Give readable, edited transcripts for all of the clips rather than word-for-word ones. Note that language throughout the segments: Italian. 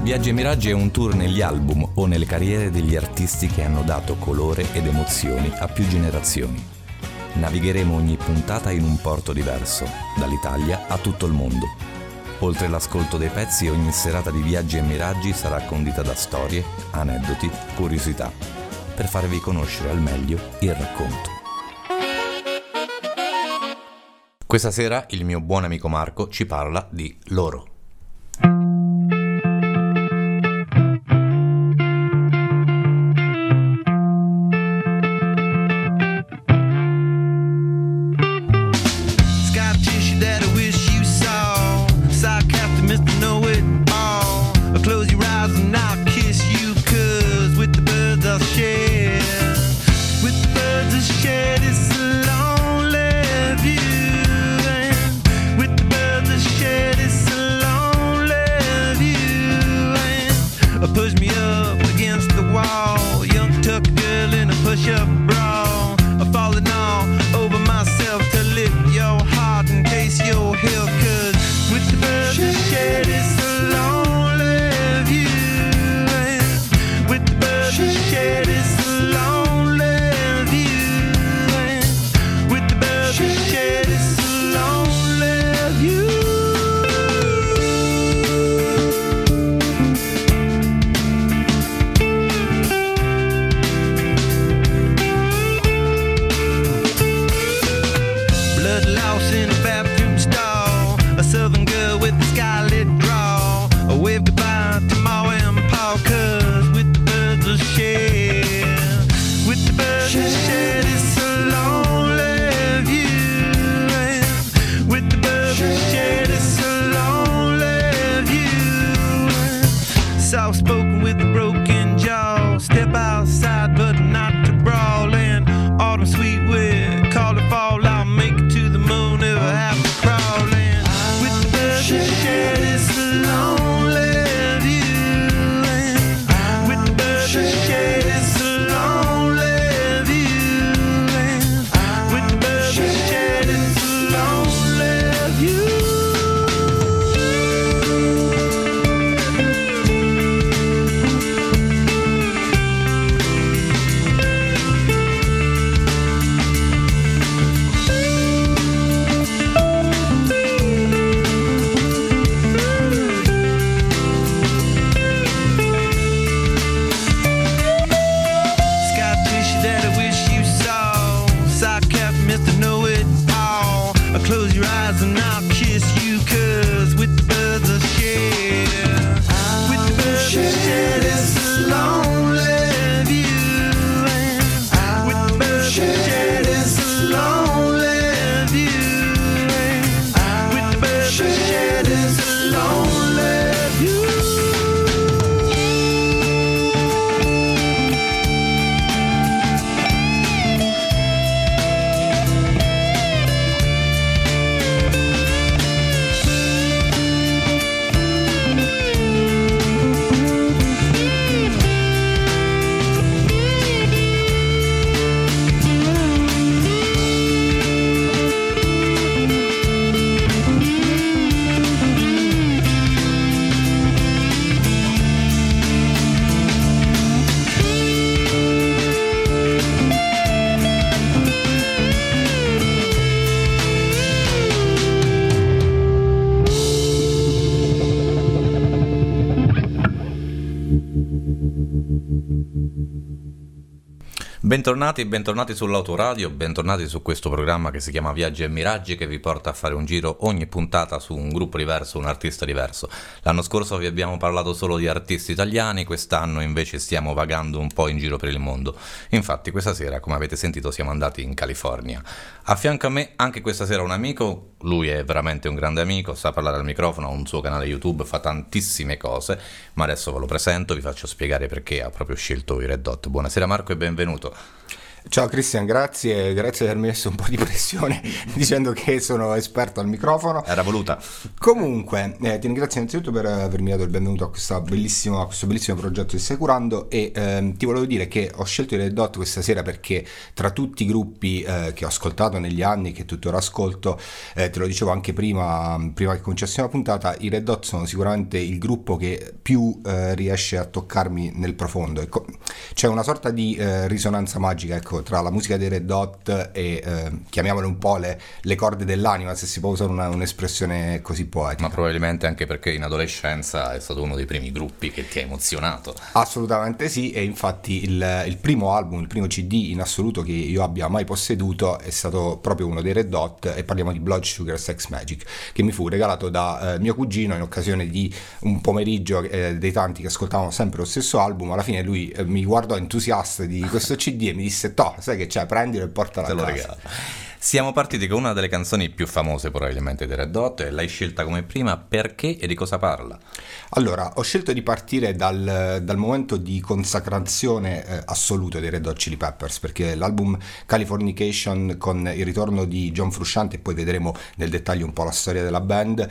Viaggi e Miraggi è un tour negli album o nelle carriere degli artisti che hanno dato colore ed emozioni a più generazioni. Navigheremo ogni puntata in un porto diverso, dall'Italia a tutto il mondo. Oltre l'ascolto dei pezzi, ogni serata di Viaggi e Miraggi sarà condita da storie, aneddoti, curiosità, per farvi conoscere al meglio il racconto. Questa sera il mio buon amico Marco ci parla di loro. Bentornati sull'Autoradio, bentornati su questo programma che si chiama Viaggi e Miraggi, che vi porta a fare un giro ogni puntata su un gruppo diverso, un artista diverso. L'anno scorso vi abbiamo parlato solo di artisti italiani, quest'anno invece stiamo vagando un po' in giro per il mondo. Infatti questa sera, come avete sentito, siamo andati in California. A fianco a me anche questa sera un amico, lui è veramente un grande amico, sa parlare al microfono, ha un suo canale YouTube, fa tantissime cose, ma adesso ve lo presento, vi faccio spiegare perché ha proprio scelto i Red Hot. Buonasera Marco e benvenuto. Ciao Cristian, grazie di avermi messo un po' di pressione dicendo che sono esperto al microfono. Era voluta. Comunque, ti ringrazio innanzitutto per avermi dato il benvenuto a questo bellissimo progetto che stai curando e ti volevo dire che ho scelto i Red Hot questa sera perché tra tutti i gruppi che ho ascoltato negli anni, che tuttora ascolto, te lo dicevo anche prima che cominciassimo la puntata, i Red Hot sono sicuramente il gruppo che più riesce a toccarmi nel profondo. C'è una sorta di risonanza magica, ecco, tra la musica dei Red Hot e chiamiamole un po' le corde dell'anima, se si può usare un'espressione così poetica. Ma probabilmente anche perché in adolescenza è stato uno dei primi gruppi che ti ha emozionato. Assolutamente sì, e infatti il primo album, il primo CD in assoluto che io abbia mai posseduto è stato proprio uno dei Red Hot, e parliamo di Blood Sugar Sex Magik, che mi fu regalato da mio cugino in occasione di un pomeriggio dei tanti che ascoltavano sempre lo stesso album. Alla fine lui mi guardò entusiasta di questo CD e mi disse: "Toh, sai che c'è, prendilo e portalo a casa". Regalo. Siamo partiti con una delle canzoni più famose probabilmente dei Red Hot, e l'hai scelta come prima perché e di cosa parla? Allora, ho scelto di partire dal momento di consacrazione assoluto dei Red Hot Chili Peppers, perché l'album Californication, con il ritorno di John Frusciante, e poi vedremo nel dettaglio un po' la storia della band,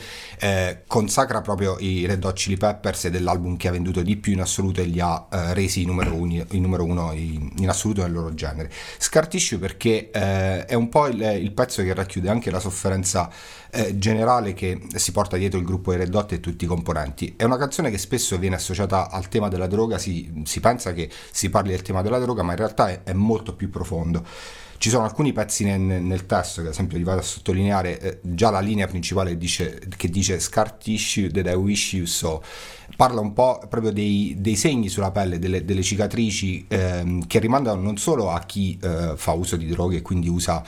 consacra proprio i Red Hot Chili Peppers, ed è l'album che ha venduto di più in assoluto e li ha resi i numero uno in assoluto nel loro genere. Scar Tissue perché è un po' il pezzo che racchiude anche la sofferenza generale che si porta dietro il gruppo dei Red Hot e tutti i componenti. È una canzone che spesso viene associata al tema della droga, si pensa che si parli del tema della droga, ma in realtà è molto più profondo. Ci sono alcuni pezzi nel testo che ad esempio li vado a sottolineare, già la linea principale che dice "Scar Tissue that I wish you saw", parla un po' proprio dei segni sulla pelle, delle cicatrici che rimandano non solo a chi fa uso di droghe e quindi usa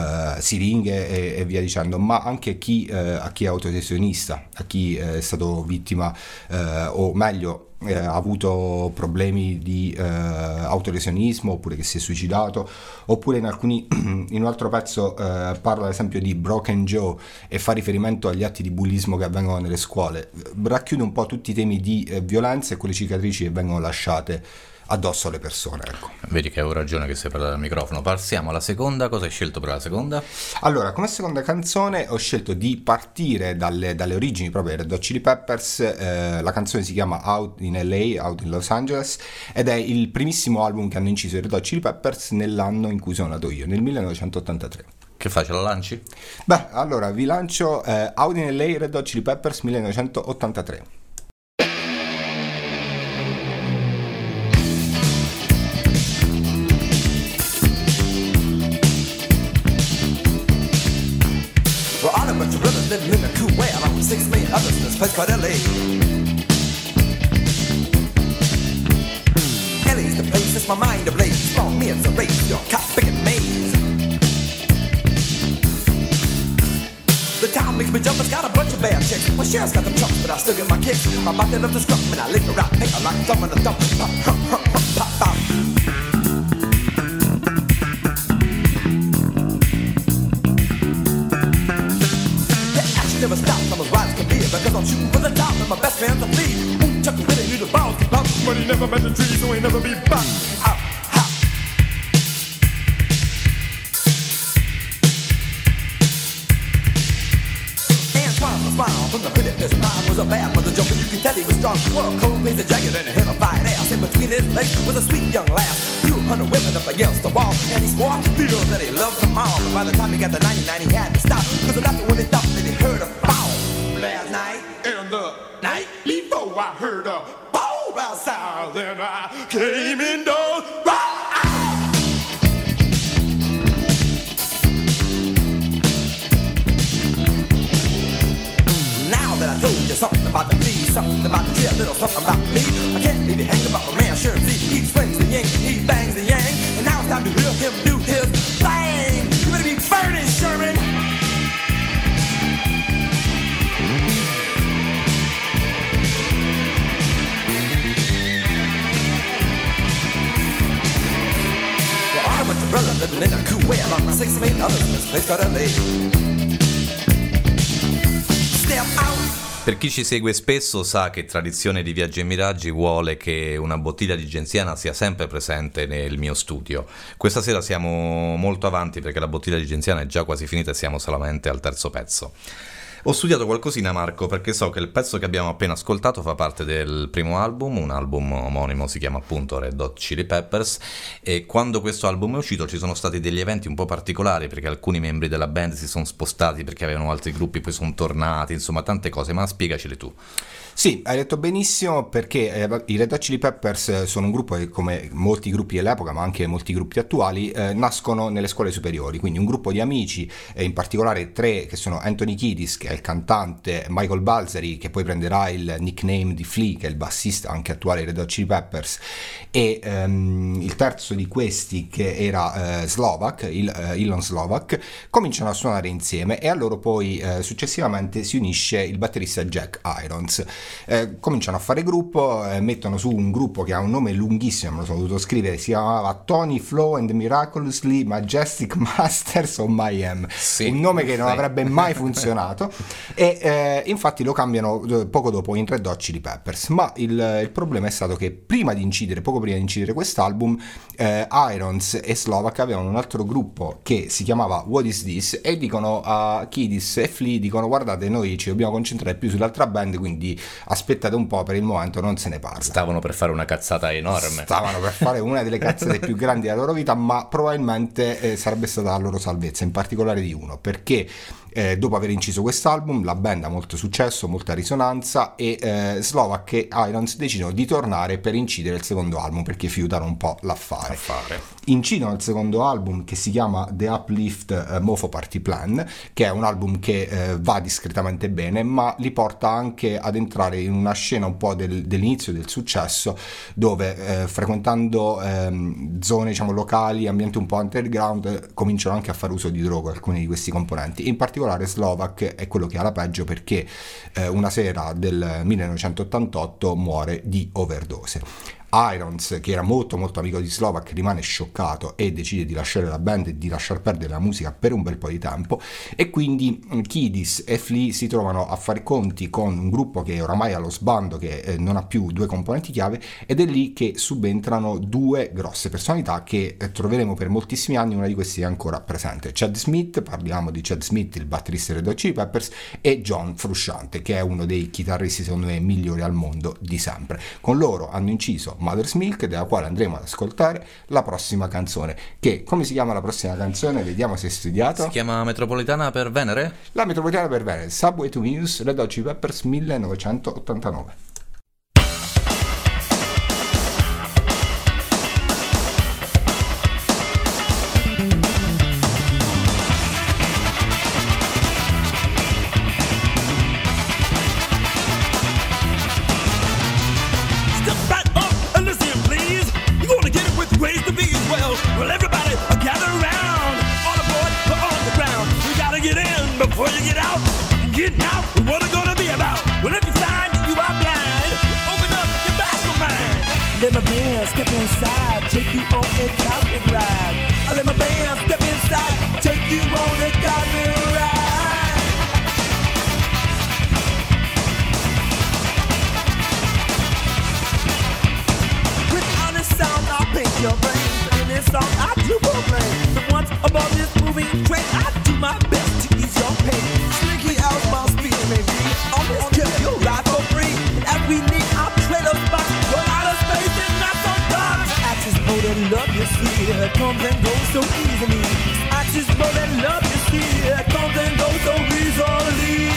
siringhe e via dicendo, ma anche a chi è autolesionista, a chi è stato vittima o meglio ha avuto problemi di autolesionismo, oppure che si è suicidato, oppure in un altro pezzo parla ad esempio di Broken Joe e fa riferimento agli atti di bullismo che avvengono nelle scuole. Racchiude un po' tutti i temi di violenza e quelle cicatrici che vengono lasciate addosso alle persone, ecco. Vedi che avevo ragione che sei parlato al microfono. Passiamo alla seconda. Cosa hai scelto per la seconda? Allora, come seconda canzone ho scelto di partire dalle origini proprio dei Red Hot Chili Peppers. La canzone si chiama Out in LA, Out in Los Angeles, ed è il primissimo album che hanno inciso i Red Hot Chili Peppers nell'anno in cui sono nato io, nel 1983. Che fai, ce la lanci? Beh, allora vi lancio Out in LA, Red Hot Chili Peppers 1983. We're all a bunch of brothers living in a cool way, along with 6 million others in this place called LA. LA's the place that's my mind ablaze. Small me, it's a race, your cop picket maze. The town makes me jump, it's got a bunch of bad chicks. My sheriff's got them trumps, but I still get my kicks. My body loves to scrum, and I lick around, pick a like thumb and a thump. Pop, pop, pop. Never stop, I'm as wild as can be, because I'm shooting for the top and my best friend's a flea. Ooh, Chuck Willie knew the balls to bump, but he never met the tree, so he never be bumped. Out, hop. Antoine was smile from the pit. This rhyme was a bad mother joke, but you can tell he was strong. Well, cold, crazy, jagged, and a hell of fire ass. In between his legs was a sweet young lass. 200 women up against the wall, and he swore to feel that he loved them all. But by the time he got to 99, he had to stop, because that's when he thought that he heard a bow. Last night and the night before, I heard a bow outside, then I came indoors. Now that I told you something about the bee, something about the tree, a little something about me, I can't leave you hanging about my man Sherman. He swings the yin, he bangs the yang, and now it's time to hear him do his thing. You better be burning, Sherman. Well, I went to brother living in a cool way, along with 6 million others in this place called LA. Step out Per chi ci segue spesso sa che tradizione di Viaggi e Miraggi vuole che una bottiglia di genziana sia sempre presente nel mio studio. Questa sera siamo molto avanti perché la bottiglia di genziana è già quasi finita e siamo solamente al terzo pezzo. Ho studiato qualcosina, Marco, perché so che il pezzo che abbiamo appena ascoltato fa parte del primo album, un album omonimo, si chiama appunto Red Hot Chili Peppers, e quando questo album è uscito ci sono stati degli eventi un po' particolari perché alcuni membri della band si sono spostati perché avevano altri gruppi, poi sono tornati, insomma tante cose, ma spiegacele tu. Sì, hai detto benissimo, perché i Red Hot Chili Peppers sono un gruppo che, come molti gruppi dell'epoca, ma anche molti gruppi attuali, nascono nelle scuole superiori, quindi un gruppo di amici, in particolare tre, che sono Anthony Kiedis, che è il cantante, Michael Balsari, che poi prenderà il nickname di Flea, che è il bassista anche attuale dei Red Hot Chili Peppers, e il terzo di questi, che era Slovak, Ilan Slovak, cominciano a suonare insieme, e a loro poi successivamente si unisce il batterista Jack Irons. Cominciano a fare gruppo, mettono su un gruppo che ha un nome lunghissimo, me lo sono dovuto scrivere, si chiamava Tony Flow and the Miraculously Majestic Masters of Mayhem, sì, un nome che non avrebbe mai funzionato, e infatti lo cambiano poco dopo in Red Hot Chili Peppers. Ma il problema è stato che poco prima di incidere quest'album, Irons e Slovak avevano un altro gruppo che si chiamava What Is This, e dicono a Kiedis e Flea, dicono: guardate, noi ci dobbiamo concentrare più sull'altra band, quindi aspettate un po', per il momento non se ne parla. Stavano per fare una cazzata enorme. Stavano per fare una delle cazzate più grandi della loro vita, ma probabilmente sarebbe stata la loro salvezza, in particolare di uno, perché dopo aver inciso quest'album la band ha molto successo, molta risonanza, e Slovak e Irons decidono di tornare per incidere il secondo album, perché fiutano un po' l'affare. Incidono il secondo album, che si chiama The Uplift Mofo Party Plan, che è un album che va discretamente bene, ma li porta anche ad entrare in una scena un po' dell'inizio del successo, dove frequentando zone, diciamo, locali, ambienti un po' underground, cominciano anche a fare uso di droga alcuni di questi componenti. In particolare Slovak è quello che ha la peggio, perché una sera del 1988 muore di overdose. Irons, che era molto molto amico di Slovak, rimane scioccato e decide di lasciare la band e di lasciar perdere la musica per un bel po' di tempo, e quindi Kiedis e Flea si trovano a fare conti con un gruppo che oramai è allo sbando, che non ha più due componenti chiave, ed è lì che subentrano due grosse personalità che troveremo per moltissimi anni. Una di questi è ancora presente: Chad Smith, parliamo di Chad Smith, il batterista dei Red Hot Chili Peppers, e John Frusciante, che è uno dei chitarristi secondo me migliori al mondo di sempre. Con loro hanno inciso Mother's Milk, della quale andremo ad ascoltare la prossima canzone, che, come si chiama la prossima canzone? Vediamo se è studiato. Si chiama Metropolitana per Venere? La Metropolitana per Venere, Subway to Venus, Red Hot Chili Peppers 1989. Before you get out, what it gonna be about? Well, if you find you are blind, open up your Bible mind. Let my band step inside, take you on a cosmic ride. I let my band step inside, take you on a cosmic ride. With honest sound, I'll paint your brain. In this song, I do proclaim that once above this moving train, I do my best to ease your pain. Sneaky out my speed, maybe on this trip you'll ride for free. And as we need our trailer spot, we're out of space and not so dark. Axis mode and love, you see, it comes and goes so easily. Axis mode and love, you see, it comes and goes so easily.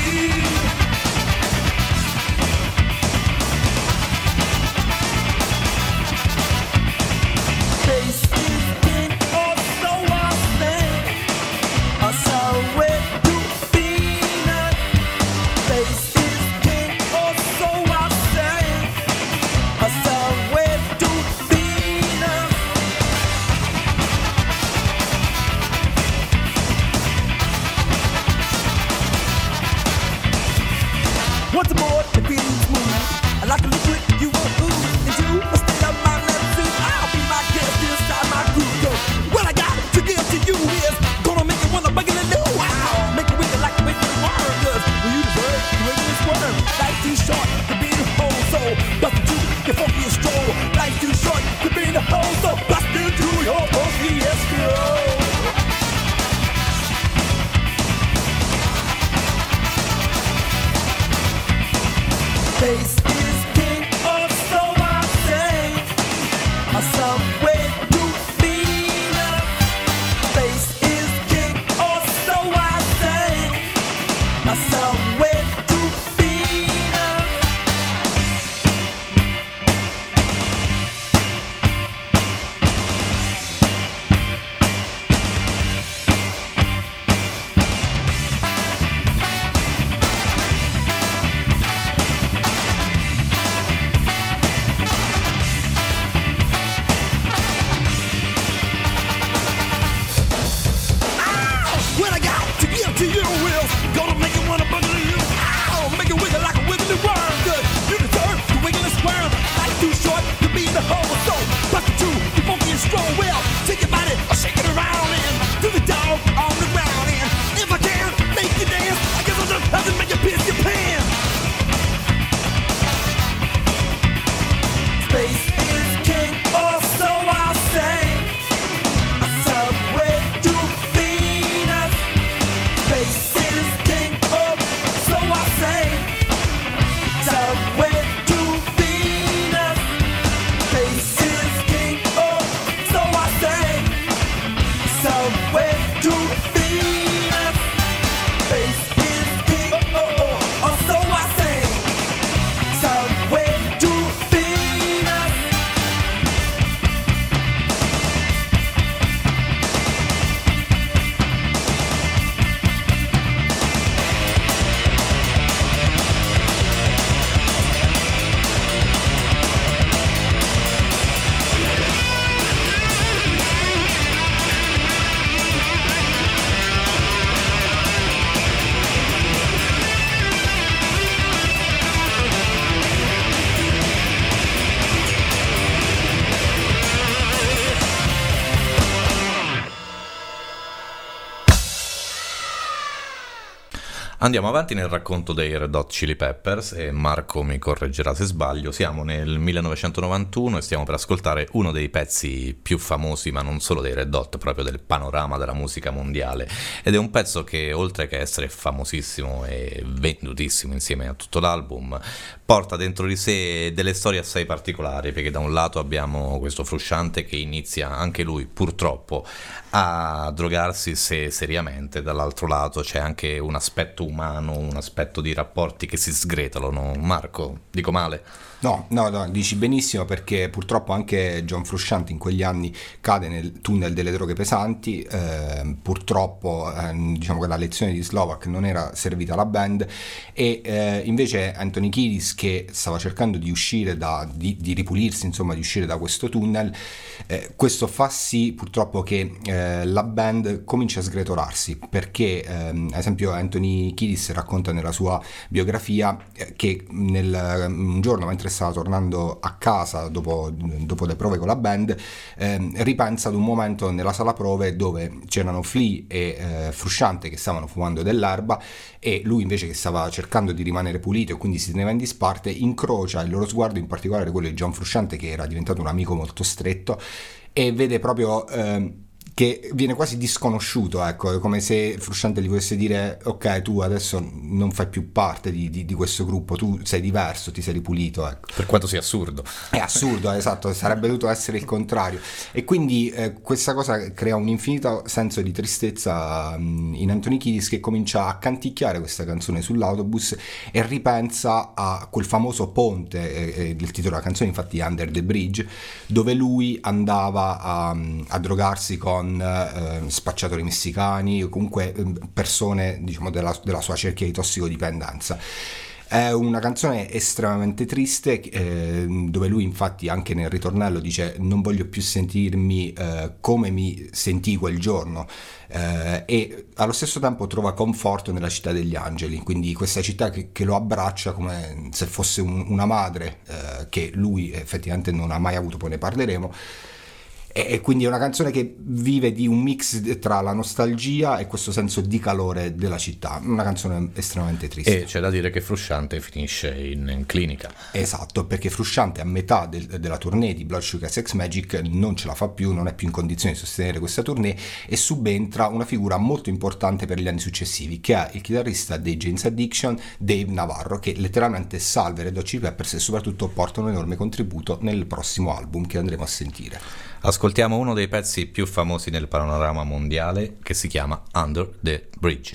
Space is king, or so I think. Subway to Venus. Space is king, or so I say. A subway to Venus. Once aboard, the feeling's smooth. I like a liquid you won't ooze into a state of mind that's soon. I'll be my guest inside my groove. Yo, what I got to give to you is gonna make you wanna buggle and do. Wow, make you wiggle like a wicked worm. Cause when you deserve, you wiggle and squirm. Andiamo avanti nel racconto dei Red Hot Chili Peppers e Marco mi correggerà se sbaglio. Siamo nel 1991 e stiamo per ascoltare uno dei pezzi più famosi, ma non solo dei Red Hot, proprio del panorama della musica mondiale, ed è un pezzo che oltre che essere famosissimo e vendutissimo insieme a tutto l'album porta dentro di sé delle storie assai particolari, perché da un lato abbiamo questo Frusciante che inizia anche lui purtroppo a drogarsi seriamente, dall'altro lato c'è anche un aspetto umano, un aspetto di rapporti che si sgretolano. Marco, dico male? No, dici benissimo, perché purtroppo anche John Frusciante in quegli anni cade nel tunnel delle droghe pesanti. Purtroppo diciamo che la lezione di Slovak non era servita alla band, e invece Anthony Kiedis, che stava cercando di uscire di ripulirsi, insomma di uscire da questo tunnel, questo fa sì purtroppo che la band comincia a sgretolarsi, perché ad esempio Anthony Kiedis racconta nella sua biografia che un giorno, mentre stava tornando a casa dopo le prove con la band, ripensa ad un momento nella sala prove dove c'erano Flea e Frusciante che stavano fumando dell'erba, e lui invece, che stava cercando di rimanere pulito e quindi si teneva in disparte, incrocia il loro sguardo, in particolare quello di John Frusciante, che era diventato un amico molto stretto, e vede proprio che viene quasi disconosciuto, ecco, come se Frusciante gli volesse dire: ok, tu adesso non fai più parte di questo gruppo, tu sei diverso, ti sei ripulito, ecco. Per quanto sia assurdo. È assurdo, esatto, sarebbe dovuto essere il contrario. E quindi questa cosa crea un infinito senso di tristezza in Anthony Kiedis, che comincia a canticchiare questa canzone sull'autobus e ripensa a quel famoso ponte, il titolo della canzone infatti è Under the Bridge, dove lui andava a drogarsi con spacciatori messicani o comunque persone, diciamo, della sua cerchia di tossicodipendenza. È una canzone estremamente triste, dove lui infatti anche nel ritornello dice: non voglio più sentirmi come mi sentii quel giorno, e allo stesso tempo trova conforto nella città degli angeli, quindi questa città che lo abbraccia come se fosse una madre, che lui effettivamente non ha mai avuto, poi ne parleremo. E quindi è una canzone che vive di un mix tra la nostalgia e questo senso di calore della città. Una canzone estremamente triste. E c'è da dire che Frusciante finisce in clinica. Esatto, perché Frusciante a metà della tournée di Blood Sugar Sex Magik non ce la fa più, non è più in condizione di sostenere questa tournée, e subentra una figura molto importante per gli anni successivi, che è il chitarrista dei Jane's Addiction, Dave Navarro, che letteralmente salva i Red Hot Chili Peppers e soprattutto porta un enorme contributo nel prossimo album che andremo a sentire. Ascoltiamo uno dei pezzi più famosi nel panorama mondiale, che si chiama Under the Bridge.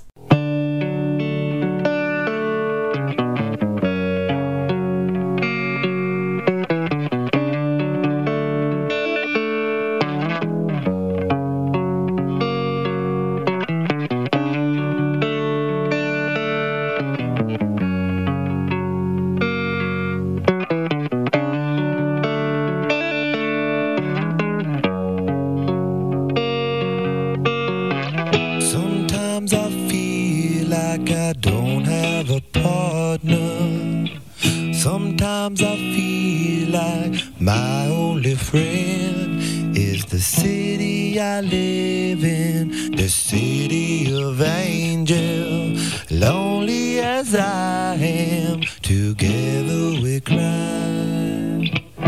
Sometimes I feel like my only friend is the city I live in, the city of angels. Lonely as I am, together we cry.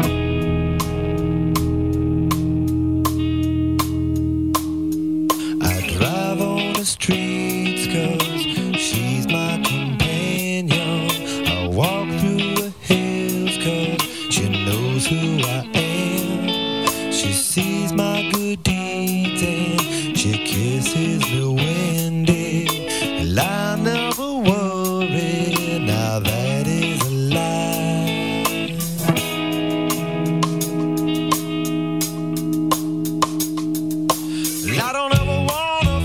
I drive on the streets 'cause she's my companion. I walk through the hills 'cause she knows who I am. She sees my good deeds and she kisses the windy. And I never worry, now that is a lie. I don't ever wanna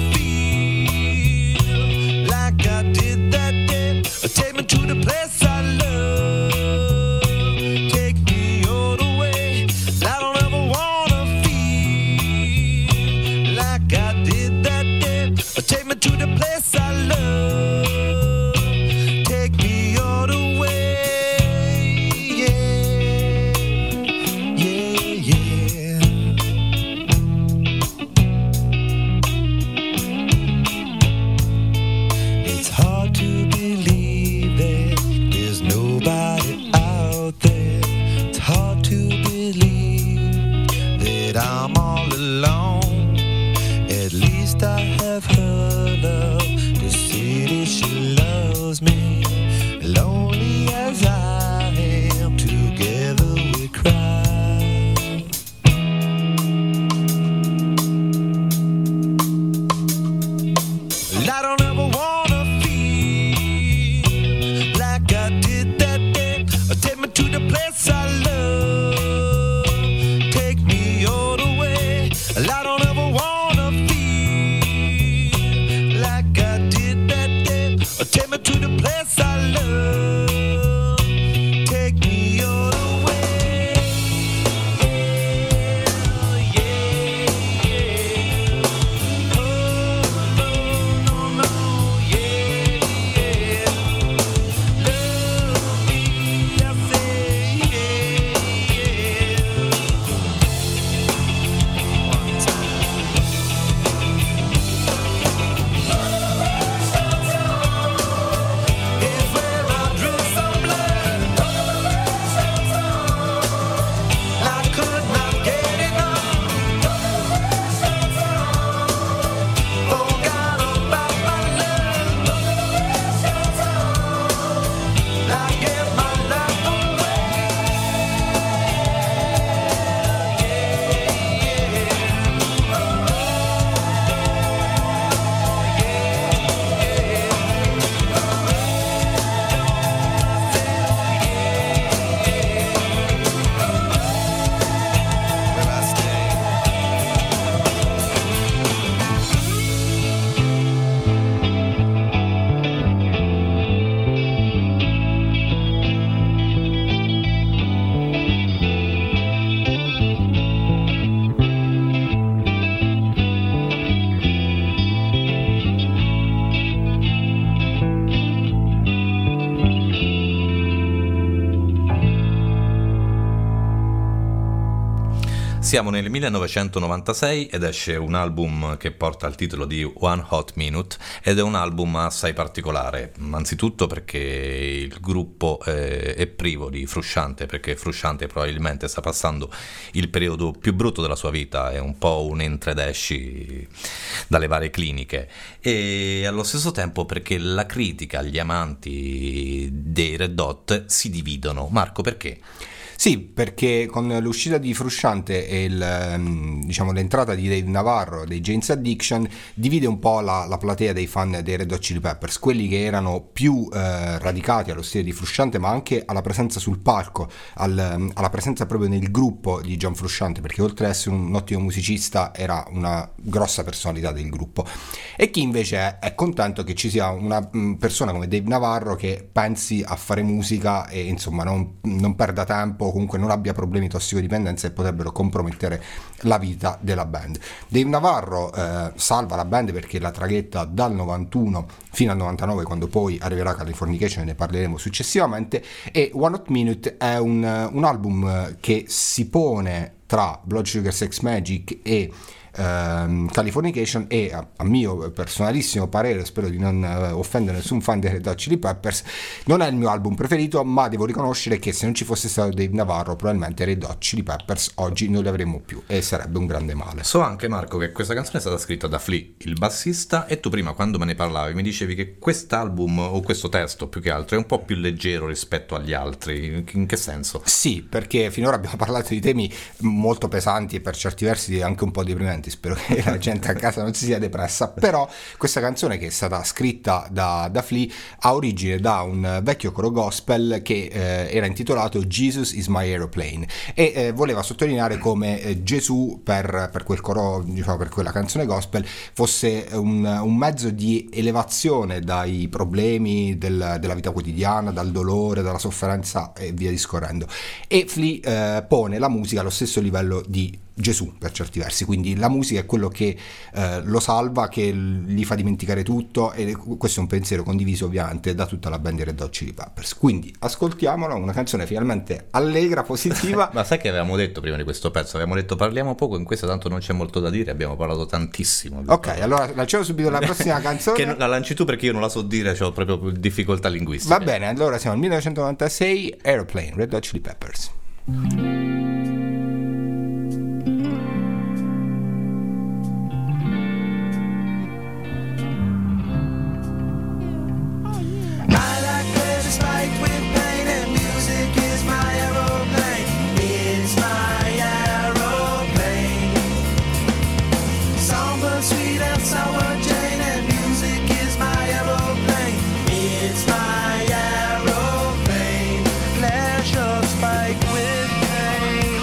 feel like I did that day. Take me to the place I love. Take me all the way. Siamo nel 1996 ed esce un album che porta il titolo di One Hot Minute ed è un album assai particolare, anzitutto perché il gruppo è privo di Frusciante, perché Frusciante probabilmente sta passando il periodo più brutto della sua vita, è un po' un entra ed esci dalle varie cliniche, e allo stesso tempo perché la critica, gli amanti dei Red Hot si dividono. Marco, perché? Sì, perché con l'uscita di Frusciante e l'entrata di Dave Navarro dei Jane's Addiction divide un po' la platea dei fan dei Red Hot Chili Peppers, quelli che erano più radicati allo stile di Frusciante, ma anche alla presenza sul palco, alla presenza proprio nel gruppo di John Frusciante, perché oltre ad essere un ottimo musicista era una grossa personalità del gruppo, e chi invece è contento che ci sia una persona come Dave Navarro che pensi a fare musica e insomma non perda tempo, comunque non abbia problemi di tossicodipendenza e potrebbero compromettere la vita della band. Dave Navarro salva la band perché la traghetta dal 91 fino al 99, quando poi arriverà Californication, ne parleremo successivamente, e One Hot Minute è un album che si pone tra Blood Sugar Sex Magik e Californication, e a mio personalissimo parere, spero di non offendere nessun fan dei Red Hot Chili Peppers, non è il mio album preferito, ma devo riconoscere che se non ci fosse stato Dave Navarro probabilmente Red Hot Chili Peppers oggi non li avremmo più e sarebbe un grande male. So anche, Marco, che questa canzone è stata scritta da Flea, il bassista, e tu prima quando me ne parlavi mi dicevi che quest'album, o questo testo più che altro, è un po' più leggero rispetto agli altri. In che senso? Sì, perché finora abbiamo parlato di temi molto pesanti e per certi versi anche un po' deprimenti. Spero che la gente a casa non si sia depressa, però questa canzone, che è stata scritta da Flea, ha origine da un vecchio coro gospel che era intitolato Jesus is my aeroplane, e voleva sottolineare come Gesù per quel coro, diciamo, per quella canzone gospel, fosse un mezzo di elevazione dai problemi della vita quotidiana, dal dolore, dalla sofferenza e via discorrendo, e Flea pone la musica allo stesso livello di Gesù per certi versi, quindi la musica è quello che lo salva, che gli fa dimenticare tutto, e questo è un pensiero condiviso ovviamente da tutta la band di Red Hot Chili Peppers. Quindi ascoltiamola, una canzone finalmente allegra, positiva. Ma sai che avevamo detto prima di questo pezzo? Avevamo detto parliamo poco, in questo tanto non c'è molto da dire, abbiamo parlato tantissimo. Ok, allora lanciamo subito la prossima canzone. Che la lanci tu perché io non la so dire, ho proprio difficoltà linguistiche. Va bene, allora siamo nel 1996, Airplane, Red Hot Chili Peppers. Spike with pain.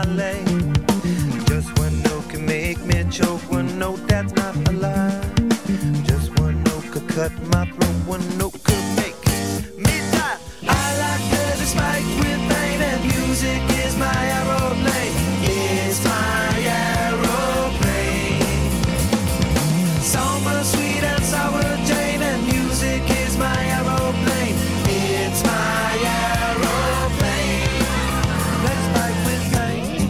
ballet. Just one note can make me choke. One note that's not a lie. Just one note could cut my throat. One note could make me die. I like the despite with pain, and music is my aeroplane. It's my aeroplane. Summer sweet and sour Jane, and music is my aeroplane. It's my aeroplane. Let's fight with pain.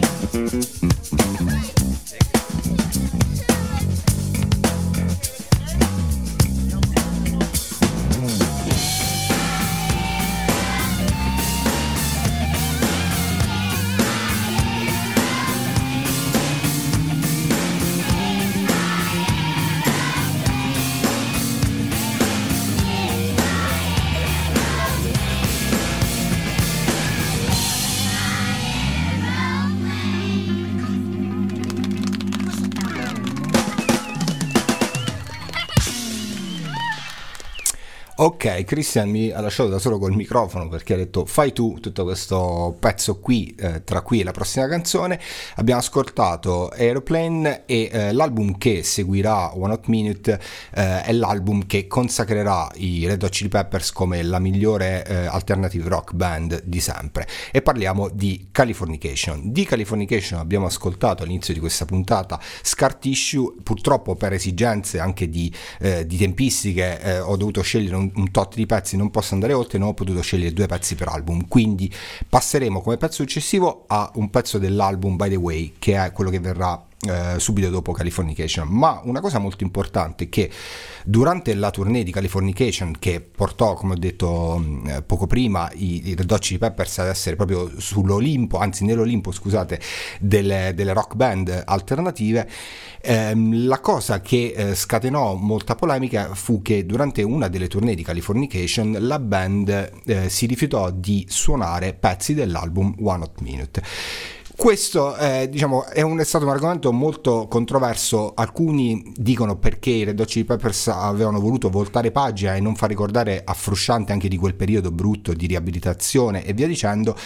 Ok, Christian mi ha lasciato da solo col microfono perché ha detto fai tu tutto questo pezzo qui, tra qui e la prossima canzone. Abbiamo ascoltato Aeroplane e l'album che seguirà, One Hot Minute, è l'album che consacrerà i Red Hot Chili Peppers come la migliore alternative rock band di sempre, e parliamo di Californication. Di Californication abbiamo ascoltato all'inizio di questa puntata Scar Tissue. Purtroppo per esigenze anche di tempistiche ho dovuto scegliere un tot di pezzi, non posso andare oltre, non ho potuto scegliere 2 pezzi per album, quindi passeremo come pezzo successivo a un pezzo dell'album By The Way, che è quello che verrà subito dopo Californication. Ma una cosa molto importante è che durante la tournée di Californication, che portò, come ho detto poco prima, i Red Hot Chili Peppers ad essere proprio sull'Olimpo, anzi nell'Olimpo, scusate, delle rock band alternative, la cosa che scatenò molta polemica fu che durante una delle tournée di Californication la band si rifiutò di suonare pezzi dell'album One Hot Minute. Questo diciamo è stato un argomento molto controverso. Alcuni dicono perché i Red Hot Chili Peppers avevano voluto voltare pagina e non far ricordare a Frusciante anche di quel periodo brutto di riabilitazione e via dicendo,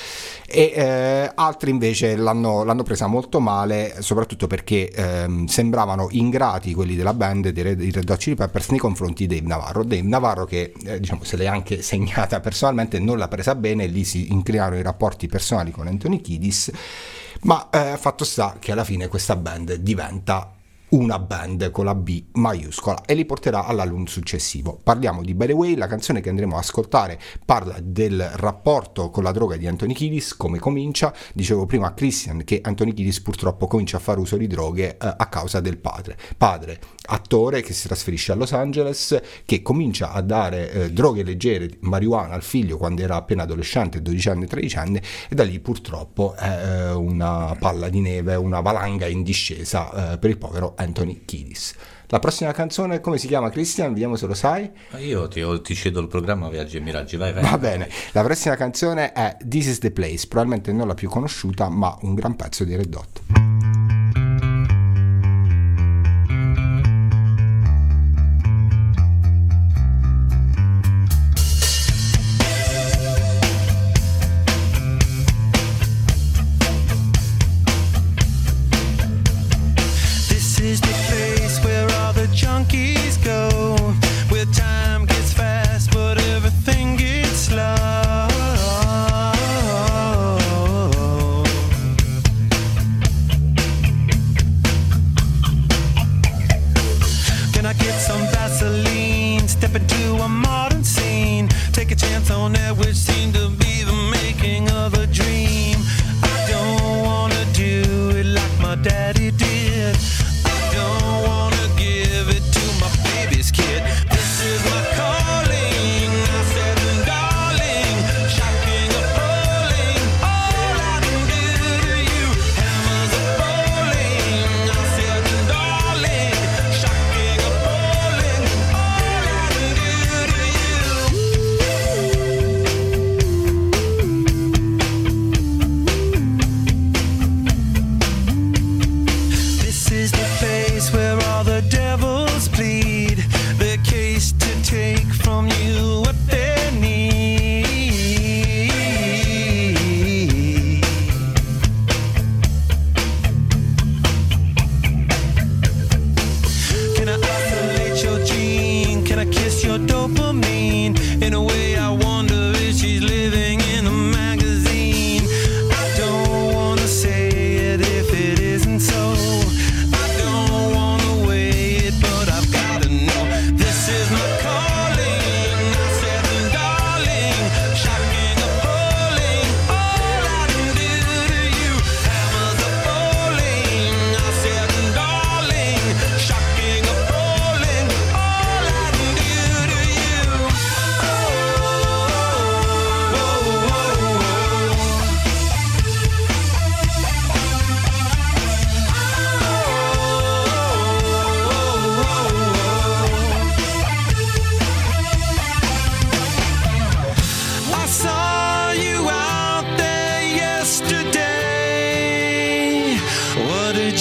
e altri invece l'hanno presa molto male, soprattutto perché sembravano ingrati quelli della band dei Red Hot Chili Peppers nei confronti di Dave Navarro che diciamo se l'è anche segnata personalmente, non l'ha presa bene, lì si inclinarono i rapporti personali con Anthony Kiedis. Ma fatto sta che alla fine questa band diventa una band con la B maiuscola e li porterà all'album successivo. Parliamo di By The Way. La canzone che andremo a ascoltare parla del rapporto con la droga di Anthony Kiedis, come comincia. Dicevo prima a Christian che Anthony Kiedis purtroppo comincia a fare uso di droghe a causa del padre, attore che si trasferisce a Los Angeles, che comincia a dare droghe leggere, marijuana al figlio quando era appena adolescente, 12 anni, 13 anni, e da lì purtroppo è una palla di neve, una valanga in discesa per il povero Anthony Kiedis. La prossima canzone come si chiama, Christian? Vediamo se lo sai. Io ti cedo il programma Viaggi e Miraggi, vai. Va bene, la prossima canzone è This Is The Place, probabilmente non la più conosciuta ma un gran pezzo di Red Hot.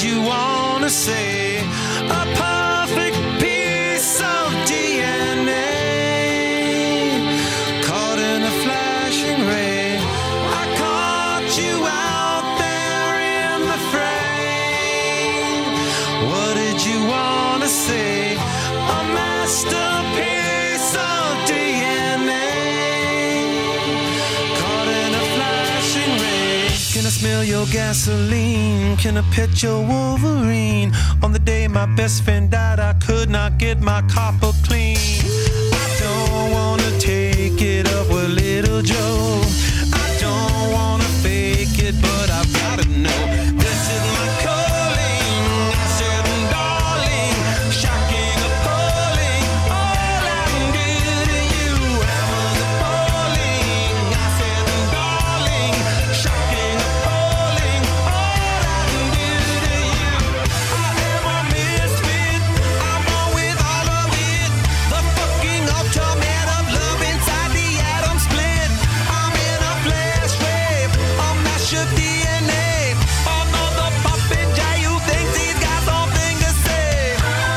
you wanna say? A perfect piece of DNA caught in a flashing ray. I caught you out there in the frame. What did you wanna say? A masterpiece of DNA caught in a flashing ray. Can I smell your gasoline? Can I pet your Wolverine? On the day my best friend died, I could not get my copper clean. I don't wanna take it up with little Joe. I don't wanna fake it, but I've gotta know. This is my calling. I said, darling, shocking, appalling. All I can do to you, was appalling. I said, darling, shocking, appalling. All I can do to you. I am a misfit. I'm on with all of it. The fucking ultimate of love inside the atom split. I'm in a flash wave, a mash of DNA. Another puppet guy who thinks he's got something to say.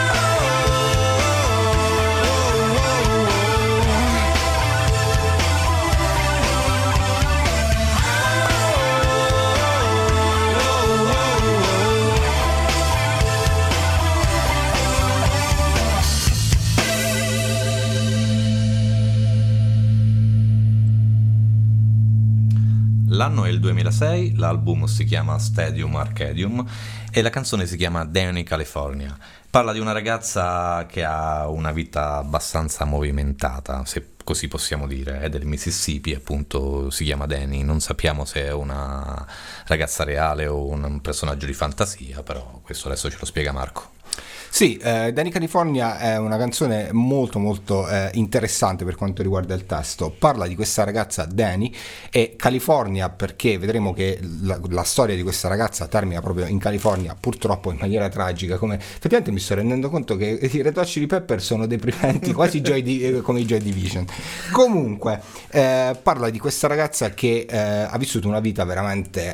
L'anno è il 2006, l'album si chiama Stadium Arcadium e la canzone si chiama Danny California. Parla di una ragazza che ha una vita abbastanza movimentata, se così possiamo dire, è del Mississippi, appunto si chiama Danny, non sappiamo se è una ragazza reale o un personaggio di fantasia, però questo adesso ce lo spiega Marco. Sì, Danny California è una canzone molto molto interessante per quanto riguarda il testo. Parla di questa ragazza Danny e California, perché vedremo che la storia di questa ragazza termina proprio in California, purtroppo in maniera tragica. Come effettivamente mi sto rendendo conto che i Red Hot Chili Pepper sono deprimenti, quasi come i Joy Division. Comunque parla di questa ragazza che ha vissuto una vita veramente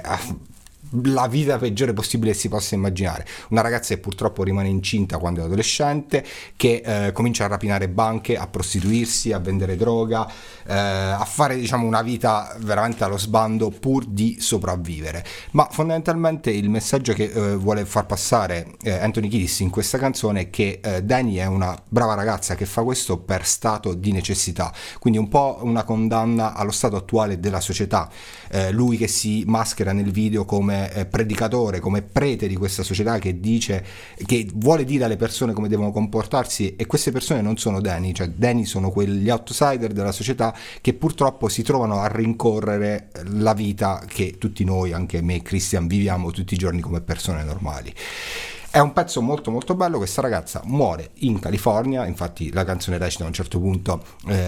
la vita peggiore possibile che si possa immaginare. Una ragazza che purtroppo rimane incinta quando è adolescente, che comincia a rapinare banche, a prostituirsi, a vendere droga, a fare diciamo una vita veramente allo sbando pur di sopravvivere. Ma fondamentalmente il messaggio che vuole far passare Anthony Kiedis in questa canzone è che Danny è una brava ragazza che fa questo per stato di necessità, quindi un po' una condanna allo stato attuale della società. Lui che si maschera nel video come predicatore, come prete di questa società, che dice, che vuole dire alle persone come devono comportarsi, e queste persone non sono Danny, cioè Danny sono quegli outsider della società che purtroppo si trovano a rincorrere la vita che tutti noi, anche me, Christian, viviamo tutti i giorni come persone normali. È un pezzo molto molto bello. Questa ragazza muore in California, infatti la canzone recita a un certo punto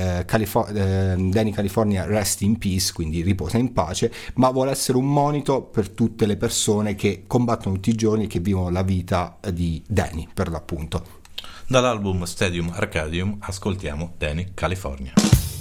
Danny California rest in peace, quindi riposa in pace, ma vuole essere un monito per tutte le persone che combattono tutti i giorni e che vivono la vita di Danny, per l'appunto. Dall'album Stadium Arcadium ascoltiamo Danny California.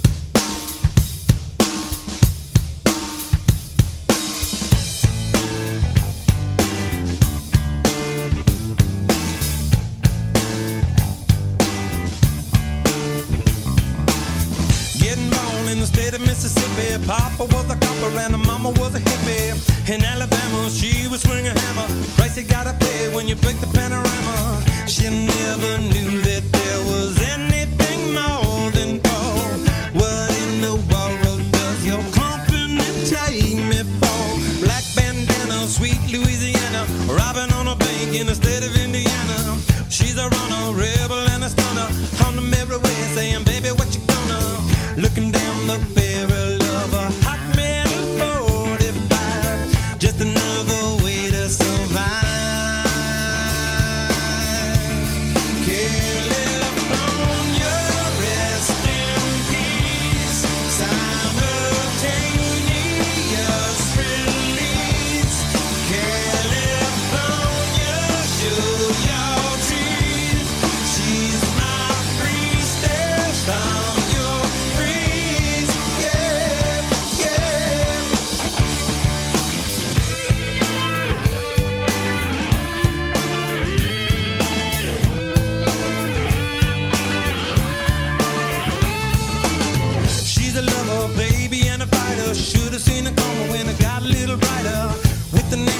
Mississippi, Papa was a copper and the mama was a hippie. In Alabama, she was swinging a hammer. Price you gotta pay when you break the panorama. She never knew that there was anything more than gold. What in the world does your company take me for? Black bandana, sweet Louisiana, robbing on a bank in the state of Indiana. She's a runner, rebel and a stunner. On the merry way saying, baby, what you gonna? Looking down the barrel of a hot metal 45, just another way to survive. California, rest in peace. Simultaneous release. California should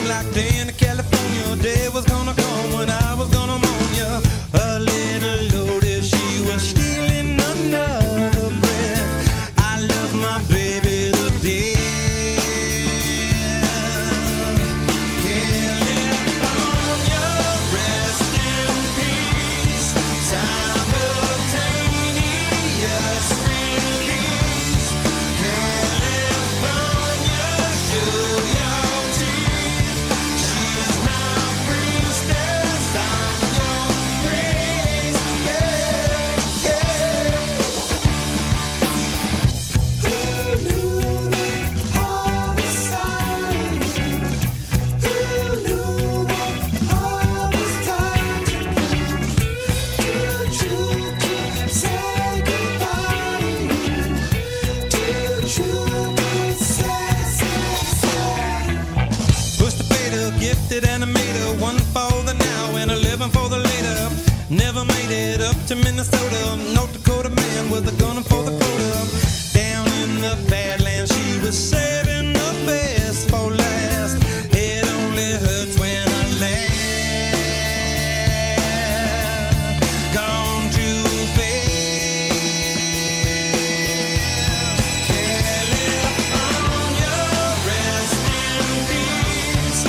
like day in California. Day was gonna come when I was gonna moan ya. A little loaded, she was stealing another breath. I love my baby to death. California, rest in peace. Simultaneous release. California, show your teeth. She's my princess, I'm your prince. Yeah, yeah. Who knew that all was silent? Who knew that all was time to you to say goodbye? To Push the fader, gifted animator, one for the now and 11 for the later. Never made it up to Minnesota, North Dakota man with a gun for the quota. Down in the Badlands, she was saving the best for last. It only hurts when I laugh. Gone too fast. California, rest in peace.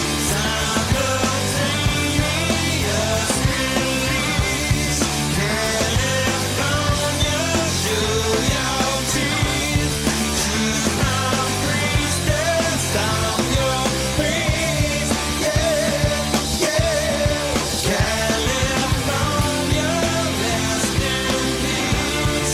Simultaneous release. California, show your teeth. She's my princess, I'm your prince. Yeah, yeah. California, rest in peace.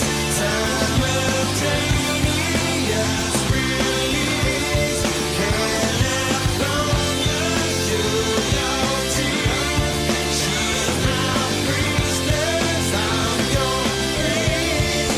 Simultaneous release. California, show your teeth. She's my princess, I'm your prince.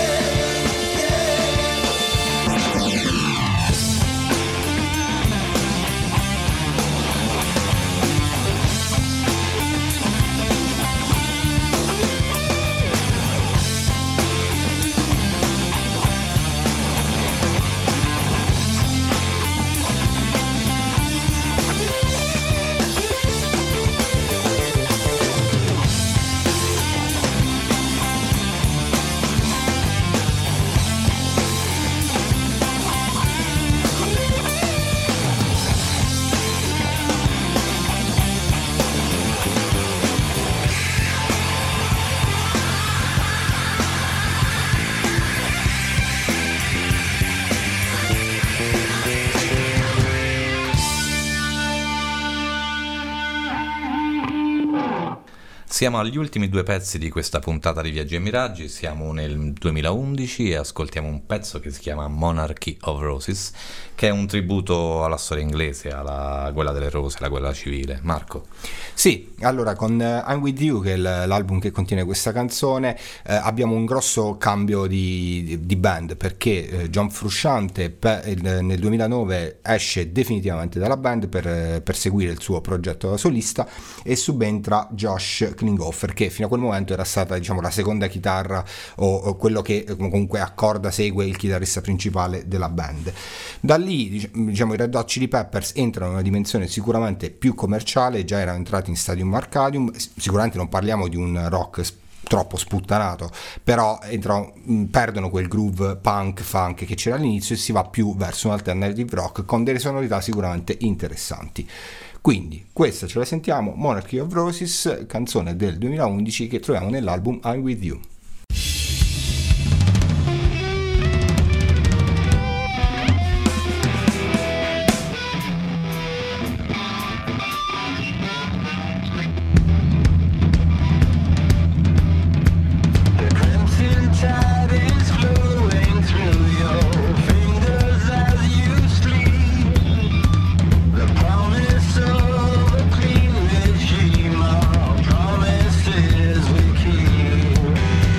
Siamo agli ultimi due pezzi di questa puntata di Viaggi e Miraggi, siamo nel 2011 e ascoltiamo un pezzo che si chiama Monarchy of Roses, che è un tributo alla storia inglese, alla guerra delle rose, alla guerra civile. Marco? Sì, allora con I'm With You, che è l'album che contiene questa canzone, abbiamo un grosso cambio di band, perché John Frusciante nel 2009 esce definitivamente dalla band per seguire il suo progetto da solista e subentra Josh Klinghoffer, che fino a quel momento era stata, diciamo, la seconda chitarra o quello che comunque a corda segue il chitarrista principale della band. Da lì, diciamo, i Red Hot Chili Peppers entrano in una dimensione sicuramente più commerciale, già erano entrati in Stadium Arcadium, sicuramente non parliamo di un rock troppo sputtanato, però perdono quel groove punk funk che c'era all'inizio e si va più verso un alternative rock con delle sonorità sicuramente interessanti. Quindi questa ce la sentiamo, Monarchy of Roses, canzone del 2011 che troviamo nell'album I'm With You. Promises we keep.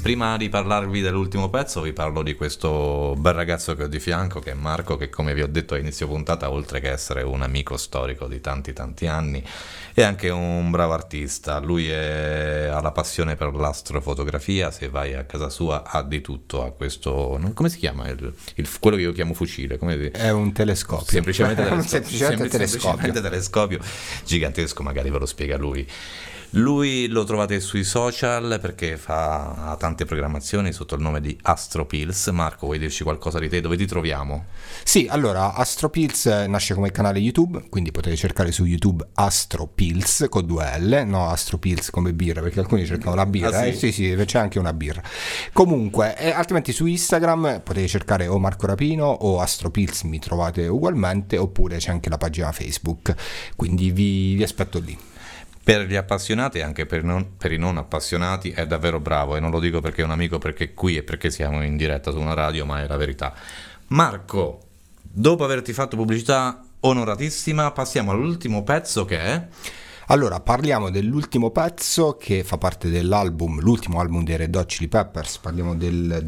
prima di parlarvi dell'ultimo pezzo vi parlo di questo bel ragazzo che ho di fianco, che è Marco, che come vi ho detto a inizio puntata, oltre che essere un amico storico di tanti anni, è anche un bravo artista. Lui ha la passione per l'astrofotografia, se vai a casa sua ha di tutto, ha questo, come si chiama? Quello che io chiamo fucile, è un telescopio. Semplicemente telescopio. Telescopio gigantesco, magari ve lo spiega lui. Lui lo trovate sui social perché ha tante programmazioni sotto il nome di AstroPills. Marco, vuoi dirci qualcosa di te? Dove ti troviamo? Sì, allora AstroPills nasce come canale YouTube, quindi potete cercare su YouTube AstroPills con 2 L, no AstroPills come birra, perché alcuni cercano la birra. Sì, c'è anche una birra. Comunque, altrimenti su Instagram potete cercare o Marco Rapino o AstroPills, mi trovate ugualmente, oppure c'è anche la pagina Facebook, quindi vi aspetto lì. Per gli appassionati e anche per i non appassionati è davvero bravo, e non lo dico perché è un amico, perché qui e perché siamo in diretta su una radio, ma è la verità. Marco, dopo averti fatto pubblicità onoratissima, passiamo all'ultimo pezzo che è... Allora, parliamo dell'ultimo pezzo che fa parte l'ultimo album dei Red Hot Chili Peppers, parliamo del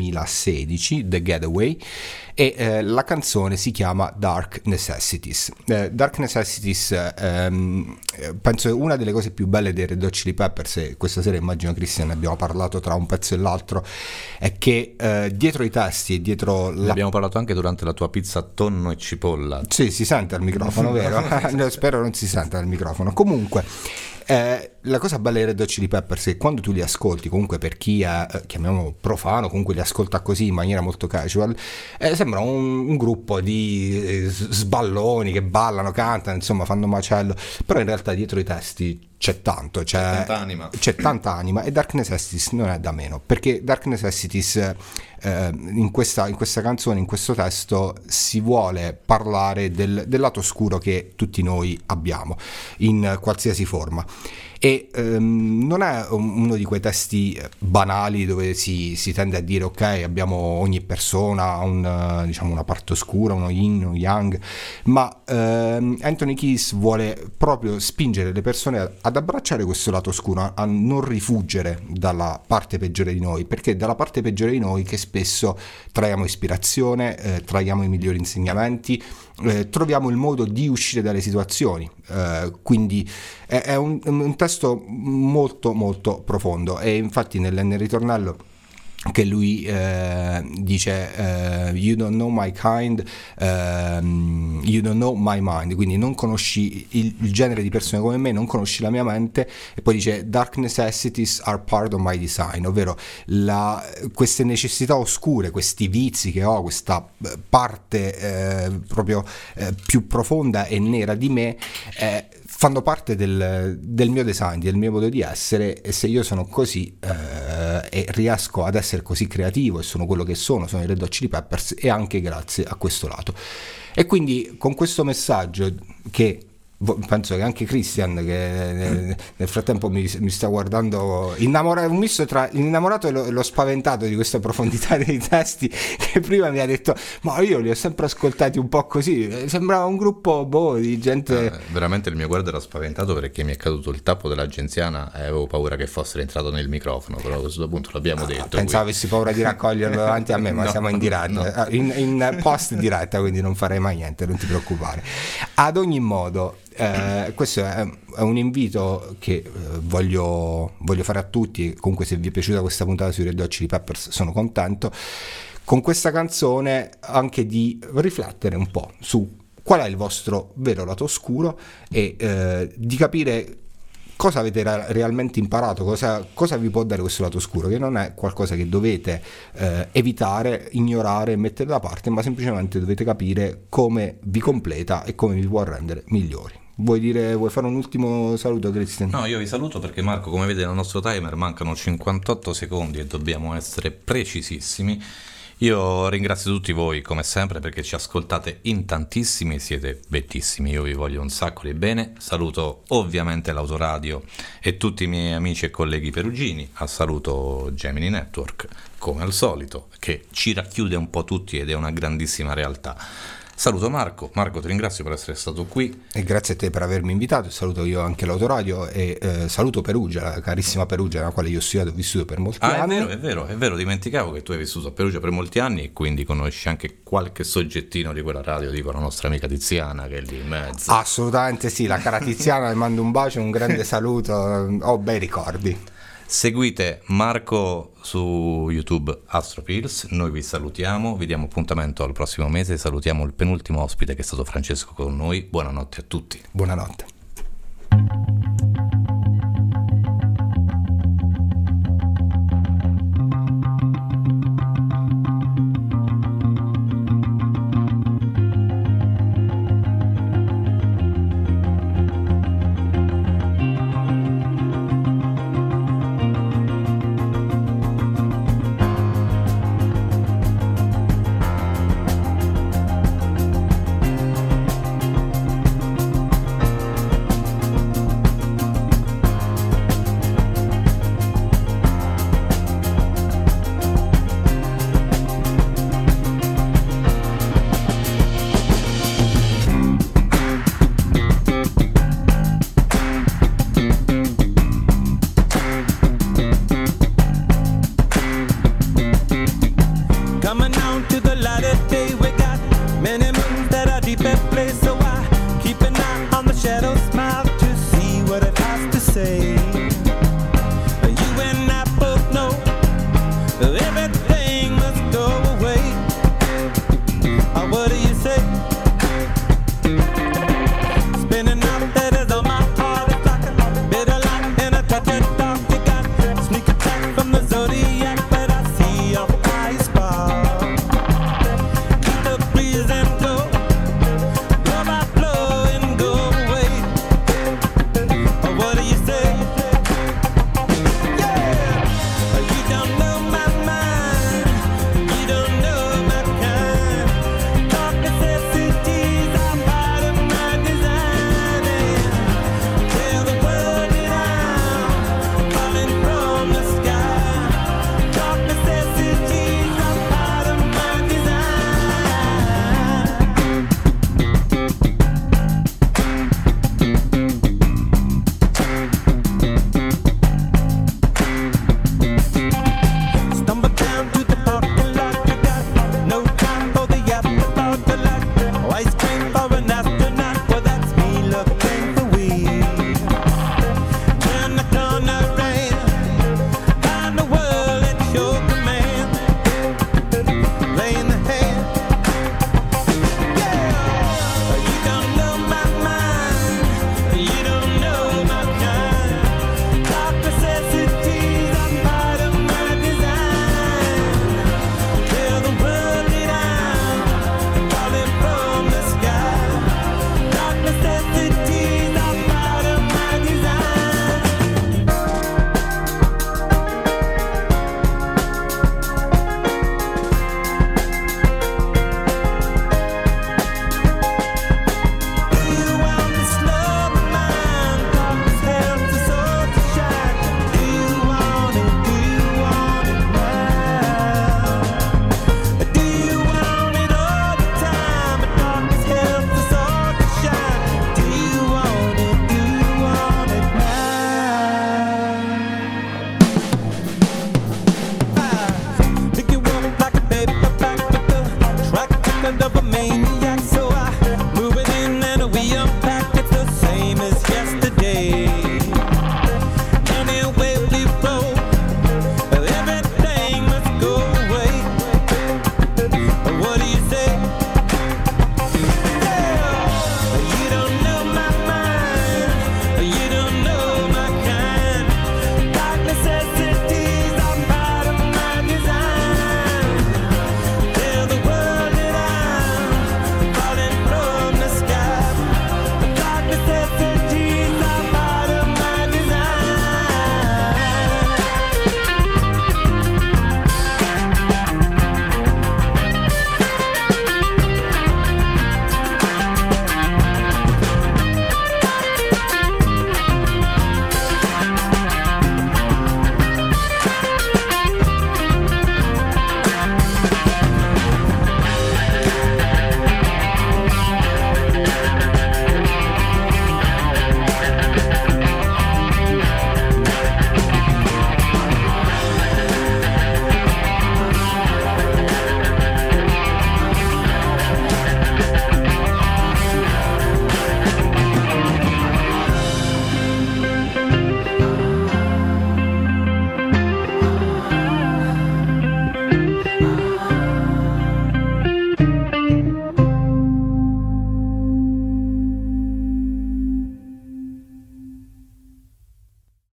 2016, The Getaway, e la canzone si chiama Dark Necessities. Dark Necessities penso è una delle cose più belle dei Red Hot Chili Peppers, e questa sera immagino, Christian, ne abbiamo parlato tra un pezzo e l'altro, è che dietro i testi e dietro Ne abbiamo parlato anche durante la tua pizza tonno e cipolla. Sì, si sente al microfono, vero? No, spero non si senta al microfono. Comunque, la cosa bella dei Red Hot Chili Peppers è che quando tu li ascolti, comunque per chi è, chiamiamolo profano, comunque li ascolta così in maniera molto casual, sembra un gruppo di sballoni che ballano, cantano, insomma fanno macello, però in realtà dietro i testi c'è tanto, c'è tanta anima, e Dark Necessities non è da meno, perché Dark Necessities in questa canzone, in questo testo, si vuole parlare del lato oscuro che tutti noi abbiamo in qualsiasi forma, e non è uno di quei testi banali dove si tende a dire ok, abbiamo, ogni persona ha una parte oscura, uno yin, uno yang, ma Anthony Kiedis vuole proprio spingere le persone ad abbracciare questo lato oscuro, a non rifuggire dalla parte peggiore di noi, perché dalla parte peggiore di noi che spesso traiamo ispirazione, traiamo i migliori insegnamenti, troviamo il modo di uscire dalle situazioni, quindi è un testo molto molto profondo, e infatti nel ritornello che lui dice you don't know my kind, you don't know my mind, quindi non conosci il genere di persone come me, non conosci la mia mente, e poi dice dark necessities are part of my design, ovvero queste necessità oscure, questi vizi che ho, questa parte proprio più profonda e nera di me, fanno parte del mio design, del mio modo di essere, e se io sono così e riesco ad essere così creativo e sono quello che sono i Red Hot Chili Peppers, e anche grazie a questo lato. E quindi con questo messaggio, che penso che anche Christian, che nel frattempo mi sta guardando un misto tra l'innamorato e lo spaventato di questa profondità dei testi, che prima mi ha detto ma io li ho sempre ascoltati un po' così, sembrava un gruppo di gente. Veramente il mio guardo era spaventato perché mi è caduto il tappo dell'agenziana e avevo paura che fosse entrato nel microfono, però a questo punto l'abbiamo detto. Pensavo avessi paura di raccoglierlo davanti a me, ma no, siamo in diretta, no. in post diretta, quindi non farei mai niente, non ti preoccupare. Ad ogni modo, questo è un invito che voglio fare a tutti. Comunque, se vi è piaciuta questa puntata sui Red Hot Chili Peppers, sono contento con questa canzone anche di riflettere un po' su qual è il vostro vero lato oscuro, e di capire cosa avete realmente imparato, cosa vi può dare questo lato oscuro, che non è qualcosa che dovete evitare, ignorare, mettere da parte, ma semplicemente dovete capire come vi completa e come vi può rendere migliori. Vuoi fare un ultimo saluto, Christian? No, io vi saluto perché Marco, come vede nel nostro timer, mancano 58 secondi e dobbiamo essere precisissimi. Io ringrazio tutti voi come sempre perché ci ascoltate in tantissimi e siete bettissimi, io vi voglio un sacco di bene. Saluto ovviamente l'Autoradio e tutti i miei amici e colleghi perugini, saluto Gemini Network come al solito, che ci racchiude un po' tutti ed è una grandissima realtà. Saluto Marco. Marco, ti ringrazio per essere stato qui. E grazie a te per avermi invitato. Saluto io anche l'Autoradio e saluto Perugia, la carissima Perugia, nella quale io ho studiato e vissuto per molti anni. È vero, dimenticavo che tu hai vissuto a Perugia per molti anni e quindi conosci anche qualche soggettino di quella radio, dico la nostra amica Tiziana che è lì in mezzo. Assolutamente sì, la cara Tiziana, le mando un bacio, un grande saluto, ho bei ricordi. Seguite Marco su YouTube Astropills, noi vi salutiamo, vi diamo appuntamento al prossimo mese, salutiamo il penultimo ospite che è stato Francesco con noi, buonanotte a tutti. Buonanotte.